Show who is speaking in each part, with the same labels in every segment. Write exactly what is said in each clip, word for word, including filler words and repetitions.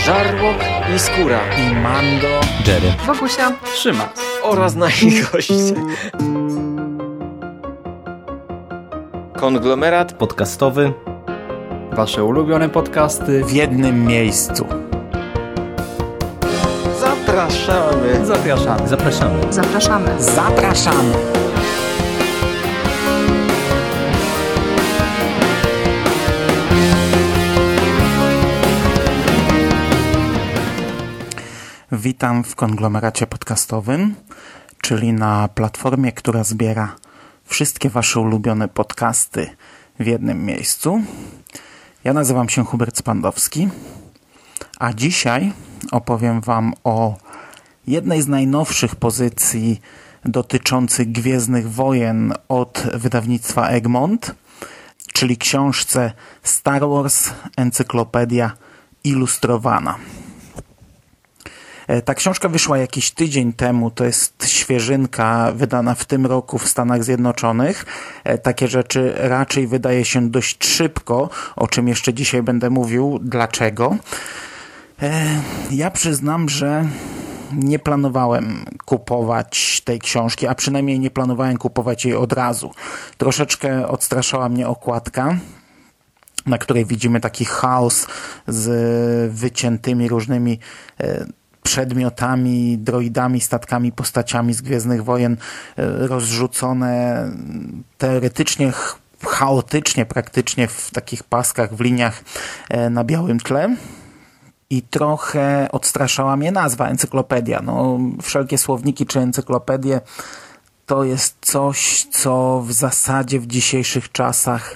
Speaker 1: Żarłok i Skóra
Speaker 2: i Mando,
Speaker 3: Jerry,
Speaker 4: Bogusia,
Speaker 3: Szymas
Speaker 1: oraz nasi goście. Konglomerat
Speaker 3: podcastowy.
Speaker 2: Wasze ulubione podcasty w jednym miejscu.
Speaker 1: Zapraszamy.
Speaker 3: Zapraszamy. Zapraszamy.
Speaker 4: zapraszamy.
Speaker 2: Zapraszamy. Witam w konglomeracie podcastowym, czyli na platformie, która zbiera wszystkie wasze ulubione podcasty w jednym miejscu. Ja nazywam się Hubert Spandowski, a dzisiaj opowiem wam o jednej z najnowszych pozycji dotyczących Gwiezdnych Wojen od wydawnictwa Egmont, czyli książce Star Wars Encyklopedia Ilustrowana. Ta książka wyszła jakiś tydzień temu, to jest świeżynka wydana w tym roku w Stanach Zjednoczonych. Takie rzeczy raczej wydaje się dość szybko, o czym jeszcze dzisiaj będę mówił. Dlaczego? Ja przyznam, że nie planowałem kupować tej książki, a przynajmniej nie planowałem kupować jej od razu. Troszeczkę odstraszała mnie okładka, na której widzimy taki chaos z wyciętymi różnymi przedmiotami, droidami, statkami, postaciami z Gwiezdnych Wojen rozrzucone teoretycznie, chaotycznie praktycznie w takich paskach, w liniach na białym tle. I trochę odstraszała mnie nazwa encyklopedia. No, wszelkie słowniki czy encyklopedie to jest coś, co w zasadzie w dzisiejszych czasach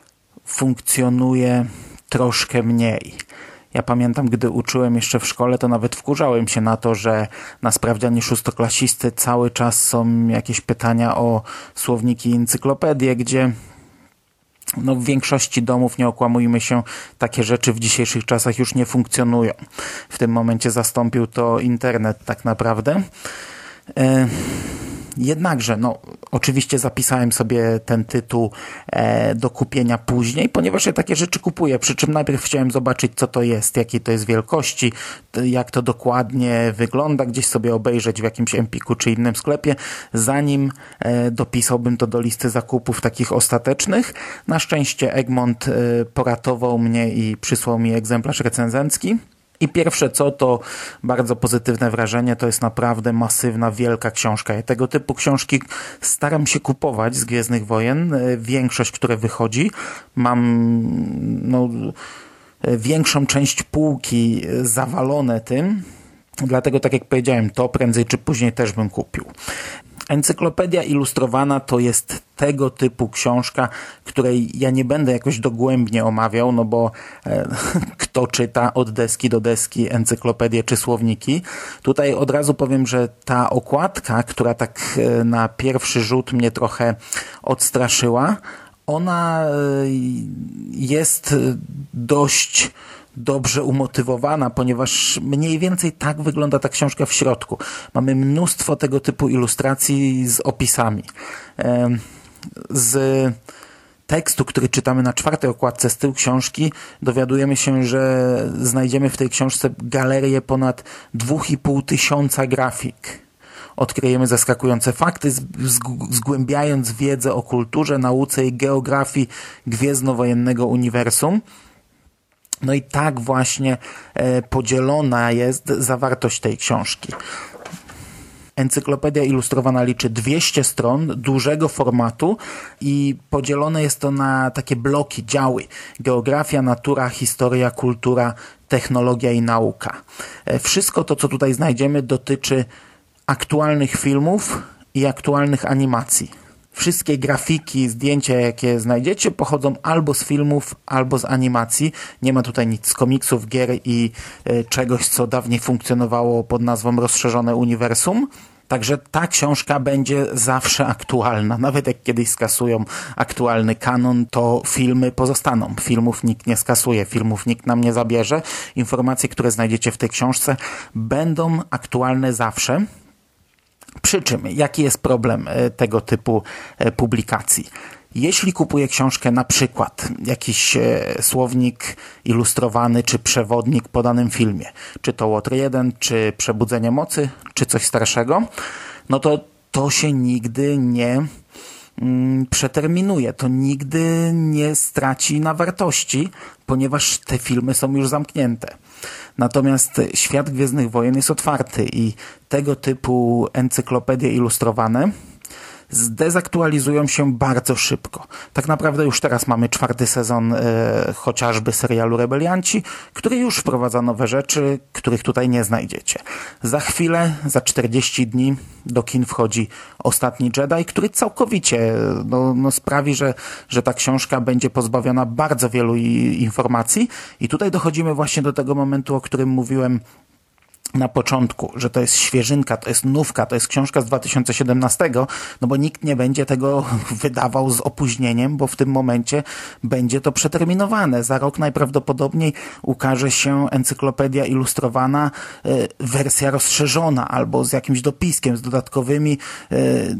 Speaker 2: funkcjonuje troszkę mniej. Ja pamiętam, gdy uczyłem jeszcze w szkole, to nawet wkurzałem się na to, że na sprawdzianie szóstoklasisty cały czas są jakieś pytania o słowniki i encyklopedie, gdzie no w większości domów, nie okłamujmy się, takie rzeczy w dzisiejszych czasach już nie funkcjonują. W tym momencie zastąpił to internet tak naprawdę. E Jednakże, no, oczywiście zapisałem sobie ten tytuł e, do kupienia później, ponieważ ja takie rzeczy kupuję, przy czym najpierw chciałem zobaczyć, co to jest, jakiej to jest wielkości, jak to dokładnie wygląda, gdzieś sobie obejrzeć w jakimś Empiku czy innym sklepie, zanim e, dopisałbym to do listy zakupów takich ostatecznych. Na szczęście Egmont e, poratował mnie i przysłał mi egzemplarz recenzencki. I pierwsze co, to bardzo pozytywne wrażenie, to jest naprawdę masywna, wielka książka. Ja tego typu książki staram się kupować z Gwiezdnych Wojen. Większość, które wychodzi, mam no, większą część półki zawalone tym. Dlatego, tak jak powiedziałem, to prędzej czy później też bym kupił. Encyklopedia Ilustrowana to jest tego typu książka, której ja nie będę jakoś dogłębnie omawiał, no bo e, kto czyta od deski do deski encyklopedię czy słowniki. Tutaj od razu powiem, że ta okładka, która tak e, na pierwszy rzut mnie trochę odstraszyła, ona e, jest dość dobrze umotywowana, ponieważ mniej więcej tak wygląda ta książka w środku. Mamy mnóstwo tego typu ilustracji z opisami. Z tekstu, który czytamy na czwartej okładce z tyłu książki, dowiadujemy się, że znajdziemy w tej książce galerię ponad dwa i pół tysiąca grafik. Odkryjemy zaskakujące fakty, zgłębiając wiedzę o kulturze, nauce i geografii gwiezdnowojennego uniwersum. No i tak właśnie e, podzielona jest zawartość tej książki. Encyklopedia Ilustrowana liczy dwieście stron, dużego formatu i podzielone jest to na takie bloki, działy. Geografia, natura, historia, kultura, technologia i nauka. E, wszystko to, co tutaj znajdziemy, dotyczy aktualnych filmów i aktualnych animacji. Wszystkie grafiki, zdjęcia, jakie znajdziecie, pochodzą albo z filmów, albo z animacji. Nie ma tutaj nic z komiksów, gier i y, czegoś, co dawniej funkcjonowało pod nazwą rozszerzone uniwersum. Także ta książka będzie zawsze aktualna. Nawet jak kiedyś skasują aktualny kanon, to filmy pozostaną. Filmów nikt nie skasuje, filmów nikt nam nie zabierze. Informacje, które znajdziecie w tej książce, będą aktualne zawsze. Przy czym, jaki jest problem tego typu publikacji? Jeśli kupuję książkę, na przykład jakiś e, słownik ilustrowany czy przewodnik po danym filmie, czy to Łotr jeden, czy Przebudzenie Mocy, czy coś starszego, no to to się nigdy nie mm, przeterminuje, to nigdy nie straci na wartości, ponieważ te filmy są już zamknięte. Natomiast świat Gwiezdnych Wojen jest otwarty i tego typu encyklopedie ilustrowane zdezaktualizują się bardzo szybko. Tak naprawdę już teraz mamy czwarty sezon e, chociażby serialu Rebelianci, który już wprowadza nowe rzeczy, których tutaj nie znajdziecie. Za chwilę, za czterdzieści dni do kin wchodzi Ostatni Jedi, który całkowicie no, no sprawi, że, że ta książka będzie pozbawiona bardzo wielu i, informacji i tutaj dochodzimy właśnie do tego momentu, o którym mówiłem na początku, że to jest świeżynka, to jest nówka, to jest książka z dwa tysiące siedemnastego, no bo nikt nie będzie tego wydawał z opóźnieniem, bo w tym momencie będzie to przeterminowane. Za rok najprawdopodobniej ukaże się encyklopedia ilustrowana, y, wersja rozszerzona albo z jakimś dopiskiem, z dodatkowymi y,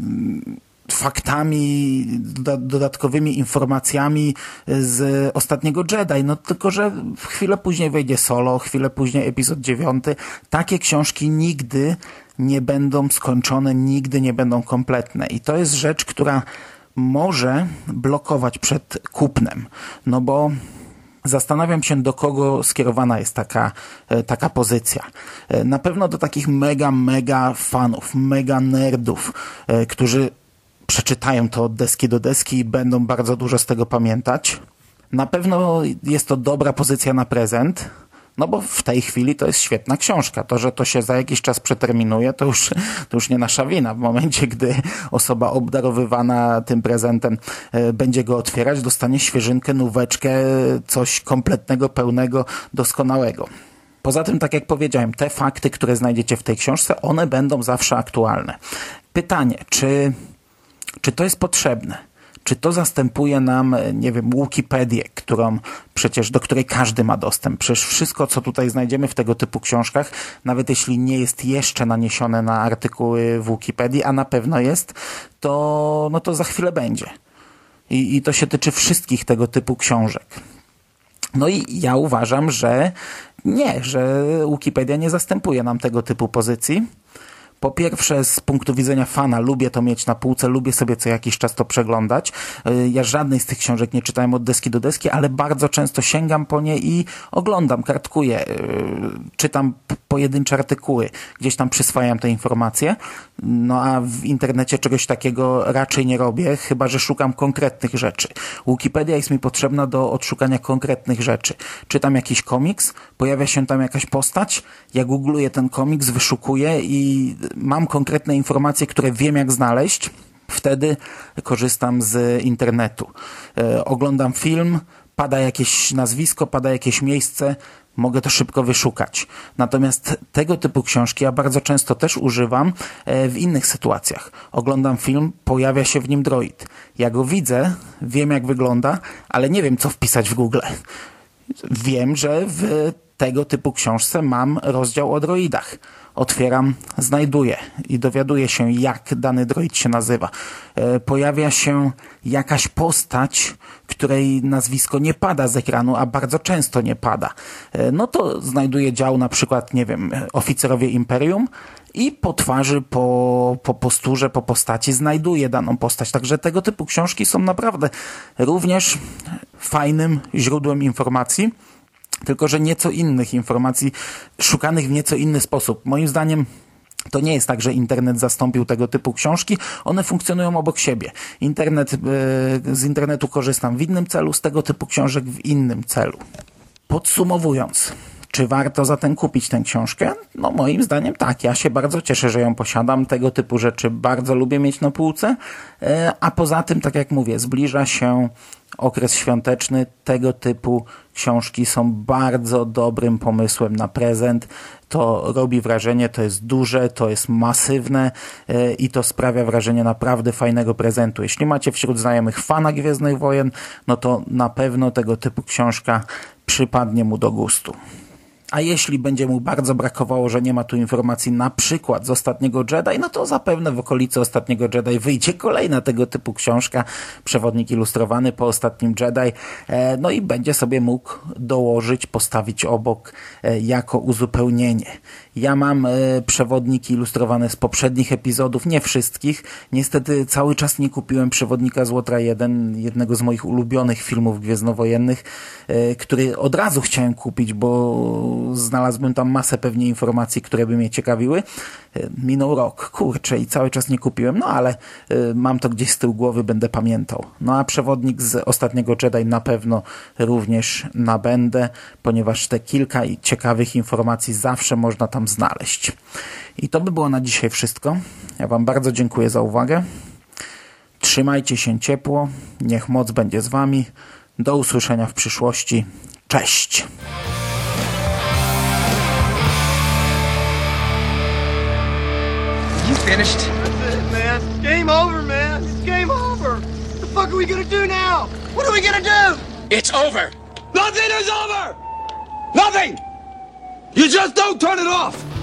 Speaker 2: faktami, dodatkowymi informacjami z Ostatniego Jedi. No tylko, że chwilę później wejdzie Solo, chwilę później epizod dziewiąty. Takie książki nigdy nie będą skończone, nigdy nie będą kompletne. I to jest rzecz, która może blokować przed kupnem. No bo zastanawiam się, do kogo skierowana jest taka, taka pozycja. Na pewno do takich mega, mega fanów, mega nerdów, którzy przeczytają to od deski do deski i będą bardzo dużo z tego pamiętać. Na pewno jest to dobra pozycja na prezent, no bo w tej chwili to jest świetna książka. To, że to się za jakiś czas przeterminuje, to już, to już nie nasza wina. W momencie, gdy osoba obdarowywana tym prezentem e, będzie go otwierać, dostanie świeżynkę, nóweczkę, coś kompletnego, pełnego, doskonałego. Poza tym, tak jak powiedziałem, te fakty, które znajdziecie w tej książce, one będą zawsze aktualne. Pytanie, czy Czy to jest potrzebne? Czy to zastępuje nam, nie wiem, Wikipedię, którą przecież, do której każdy ma dostęp? Przecież wszystko, co tutaj znajdziemy w tego typu książkach, nawet jeśli nie jest jeszcze naniesione na artykuły w Wikipedii, a na pewno jest, to, no to za chwilę będzie. I, i to się tyczy wszystkich tego typu książek. No i ja uważam, że nie, że Wikipedia nie zastępuje nam tego typu pozycji. Po pierwsze, z punktu widzenia fana lubię to mieć na półce, lubię sobie co jakiś czas to przeglądać. Ja żadnej z tych książek nie czytałem od deski do deski, ale bardzo często sięgam po nie i oglądam, kartkuję, czytam pojedyncze artykuły, gdzieś tam przyswajam te informacje. No a w internecie czegoś takiego raczej nie robię, chyba że szukam konkretnych rzeczy. Wikipedia jest mi potrzebna do odszukania konkretnych rzeczy. Czytam jakiś komiks, pojawia się tam jakaś postać, ja googluję ten komiks, wyszukuję i mam konkretne informacje, które wiem jak znaleźć. Wtedy korzystam z internetu. E, oglądam film, pada jakieś nazwisko, pada jakieś miejsce, mogę to szybko wyszukać. Natomiast tego typu książki ja bardzo często też używam w innych sytuacjach. Oglądam film, pojawia się w nim droid. Ja go widzę, wiem jak wygląda, ale nie wiem co wpisać w Google. Wiem, że w tego typu książce mam rozdział o droidach. Otwieram, znajduję i dowiaduję się, jak dany droid się nazywa. Pojawia się jakaś postać, której nazwisko nie pada z ekranu, a bardzo często nie pada. No to znajduję dział na przykład, nie wiem, oficerowie Imperium i po twarzy, po, po posturze, po postaci znajduję daną postać. Także tego typu książki są naprawdę również fajnym źródłem informacji, tylko że nieco innych informacji, szukanych w nieco inny sposób. Moim zdaniem to nie jest tak, że internet zastąpił tego typu książki. One funkcjonują obok siebie. Internet, yy, z internetu korzystam w innym celu, z tego typu książek w innym celu. Podsumowując, czy warto zatem kupić tę książkę? No moim zdaniem tak. Ja się bardzo cieszę, że ją posiadam. Tego typu rzeczy bardzo lubię mieć na półce. A poza tym, tak jak mówię, zbliża się okres świąteczny. Tego typu książki są bardzo dobrym pomysłem na prezent. To robi wrażenie, to jest duże, to jest masywne i to sprawia wrażenie naprawdę fajnego prezentu. Jeśli macie wśród znajomych fana Gwiezdnych Wojen, no to na pewno tego typu książka przypadnie mu do gustu. A jeśli będzie mu bardzo brakowało, że nie ma tu informacji na przykład z Ostatniego Jedi, no to zapewne w okolicy Ostatniego Jedi wyjdzie kolejna tego typu książka, Przewodnik ilustrowany po Ostatnim Jedi, no i będzie sobie mógł dołożyć, postawić obok jako uzupełnienie. Ja mam przewodniki ilustrowane z poprzednich epizodów, nie wszystkich. Niestety cały czas nie kupiłem Przewodnika z Łotra jeden, jednego z moich ulubionych filmów gwiezdnowojennych, który od razu chciałem kupić, bo znalazłbym tam masę pewnie informacji, które by mnie ciekawiły. Minął rok, kurczę, i cały czas nie kupiłem, no ale mam to gdzieś z tyłu głowy, będę pamiętał. No a Przewodnik z Ostatniego Jedi na pewno również nabędę, ponieważ te kilka ciekawych informacji zawsze można tam znaleźć. I to by było na dzisiaj wszystko. Ja wam bardzo dziękuję za uwagę. Trzymajcie się ciepło, niech moc będzie z wami. Do usłyszenia w przyszłości. Cześć!
Speaker 4: You finished? That's it, man. It's game over, man. It's game over. What the fuck are we gonna do now? What are we gonna do?
Speaker 5: It's over. Nothing is over. Nothing. You just don't turn it off.